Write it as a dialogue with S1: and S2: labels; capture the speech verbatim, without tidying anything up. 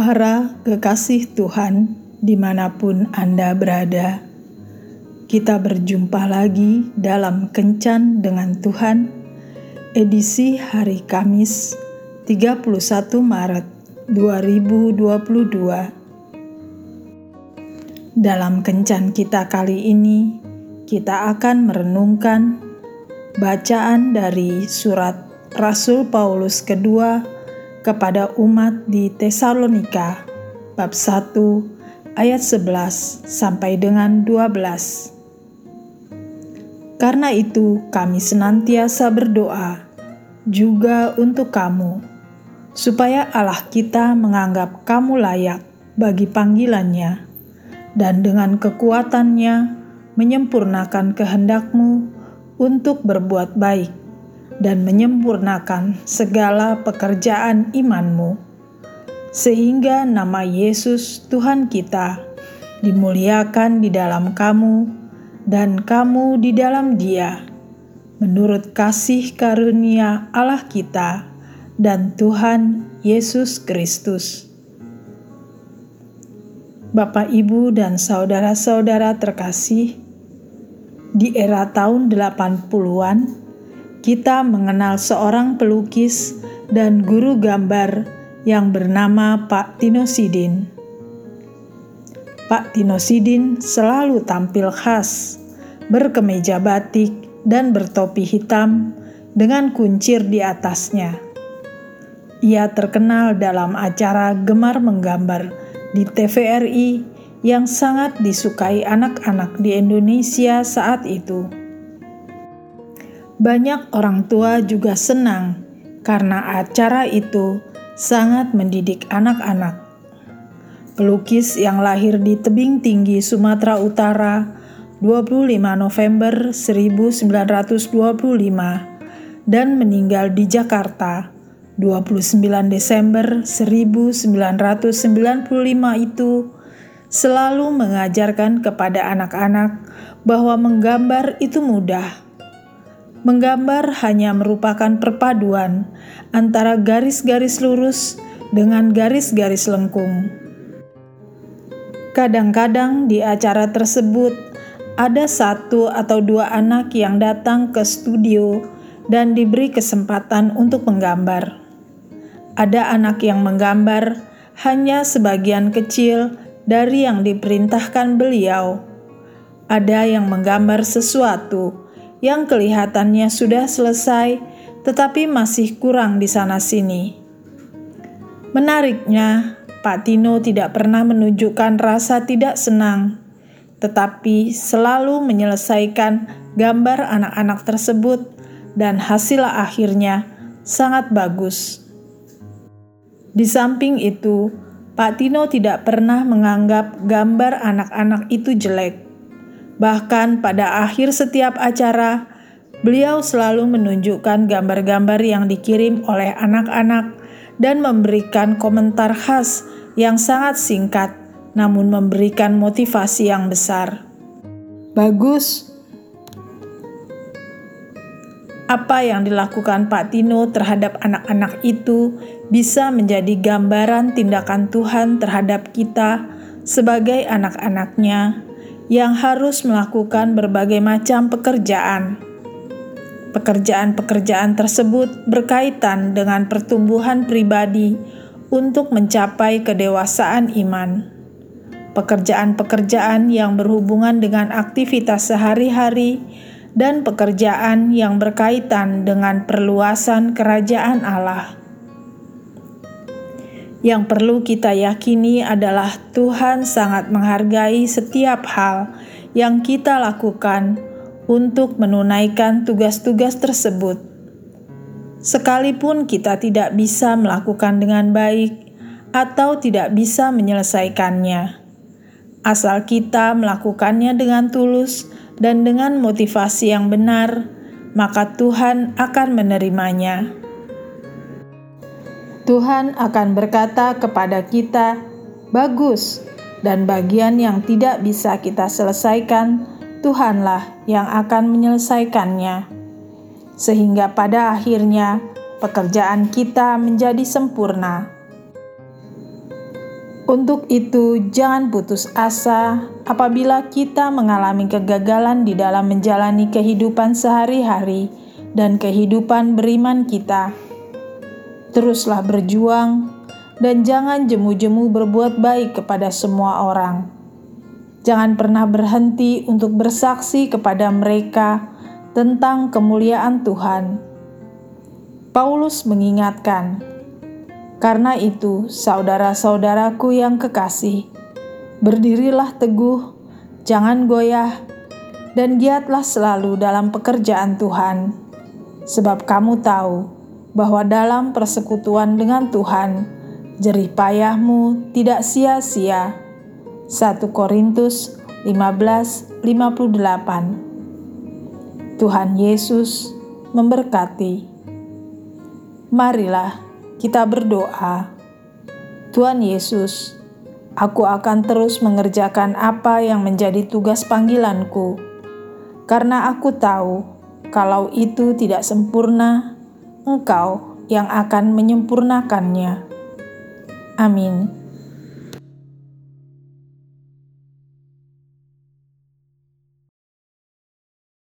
S1: Para kekasih Tuhan, dimanapun Anda berada, kita berjumpa lagi dalam Kencan dengan Tuhan, edisi hari Kamis, tiga puluh satu Maret dua ribu dua puluh dua. Dalam Kencan kita kali ini, kita akan merenungkan bacaan dari surat Rasul Paulus kedua kepada umat di Tesalonika, bab satu ayat sebelas sampai dengan dua belas. Karena itu kami senantiasa berdoa juga untuk kamu, supaya Allah kita menganggap kamu layak bagi panggilannya, dan dengan kekuatannya menyempurnakan kehendakmu untuk berbuat baik, dan menyempurnakan segala pekerjaan imanmu, sehingga nama Yesus Tuhan kita dimuliakan di dalam kamu, dan kamu di dalam Dia, menurut kasih karunia Allah kita dan Tuhan Yesus Kristus. Bapak, Ibu, dan saudara-saudara terkasih, di era tahun delapan puluhan, kita mengenal seorang pelukis dan guru gambar yang bernama Pak Tino Sidin. Pak Tino Sidin selalu tampil khas, berkemeja batik dan bertopi hitam dengan kuncir di atasnya. Ia terkenal dalam acara Gemar Menggambar di T V R I yang sangat disukai anak-anak di Indonesia saat itu. Banyak orang tua juga senang karena acara itu sangat mendidik anak-anak. Pelukis yang lahir di tebing tinggi Sumatera Utara dua puluh lima November seribu sembilan ratus dua puluh lima dan meninggal di Jakarta dua puluh sembilan Desember seribu sembilan ratus sembilan puluh lima itu selalu mengajarkan kepada anak-anak bahwa menggambar itu mudah. Menggambar hanya merupakan perpaduan antara garis-garis lurus dengan garis-garis lengkung. Kadang-kadang di acara tersebut ada satu atau dua anak yang datang ke studio dan diberi kesempatan untuk menggambar. Ada anak yang menggambar hanya sebagian kecil dari yang diperintahkan beliau. Ada yang menggambar sesuatu yang kelihatannya sudah selesai, tetapi masih kurang di sana-sini. Menariknya, Pak Tino tidak pernah menunjukkan rasa tidak senang, tetapi selalu menyelesaikan gambar anak-anak tersebut, dan hasil akhirnya sangat bagus. Di samping itu, Pak Tino tidak pernah menganggap gambar anak-anak itu jelek. Bahkan pada akhir setiap acara, beliau selalu menunjukkan gambar-gambar yang dikirim oleh anak-anak dan memberikan komentar khas yang sangat singkat, namun memberikan motivasi yang besar. Bagus. Apa yang dilakukan Pak Tino terhadap anak-anak itu bisa menjadi gambaran tindakan Tuhan terhadap kita sebagai anak-anaknya yang harus melakukan berbagai macam pekerjaan. Pekerjaan-pekerjaan tersebut berkaitan dengan pertumbuhan pribadi untuk mencapai kedewasaan iman. Pekerjaan-pekerjaan yang berhubungan dengan aktivitas sehari-hari dan pekerjaan yang berkaitan dengan perluasan kerajaan Allah. Yang perlu kita yakini adalah Tuhan sangat menghargai setiap hal yang kita lakukan untuk menunaikan tugas-tugas tersebut. Sekalipun kita tidak bisa melakukan dengan baik atau tidak bisa menyelesaikannya, asal kita melakukannya dengan tulus dan dengan motivasi yang benar, maka Tuhan akan menerimanya. Tuhan akan berkata kepada kita, "Bagus," dan bagian yang tidak bisa kita selesaikan, Tuhanlah yang akan menyelesaikannya. Sehingga pada akhirnya pekerjaan kita menjadi sempurna. Untuk itu, jangan putus asa apabila kita mengalami kegagalan di dalam menjalani kehidupan sehari-hari dan kehidupan beriman kita. Teruslah berjuang dan jangan jemu-jemu berbuat baik kepada semua orang. Jangan pernah berhenti untuk bersaksi kepada mereka tentang kemuliaan Tuhan. Paulus mengingatkan, "Karena itu, saudara-saudaraku yang kekasih, berdirilah teguh, jangan goyah, dan giatlah selalu dalam pekerjaan Tuhan. Sebab kamu tahu bahwa dalam persekutuan dengan Tuhan, jerih payahmu tidak sia-sia." satu Korintus lima belas lima puluh delapan. Tuhan Yesus memberkati. Marilah kita berdoa. Tuhan Yesus, aku akan terus mengerjakan apa yang menjadi tugas panggilanku, karena aku tahu kalau itu tidak sempurna, Engkau yang akan menyempurnakannya. Amin.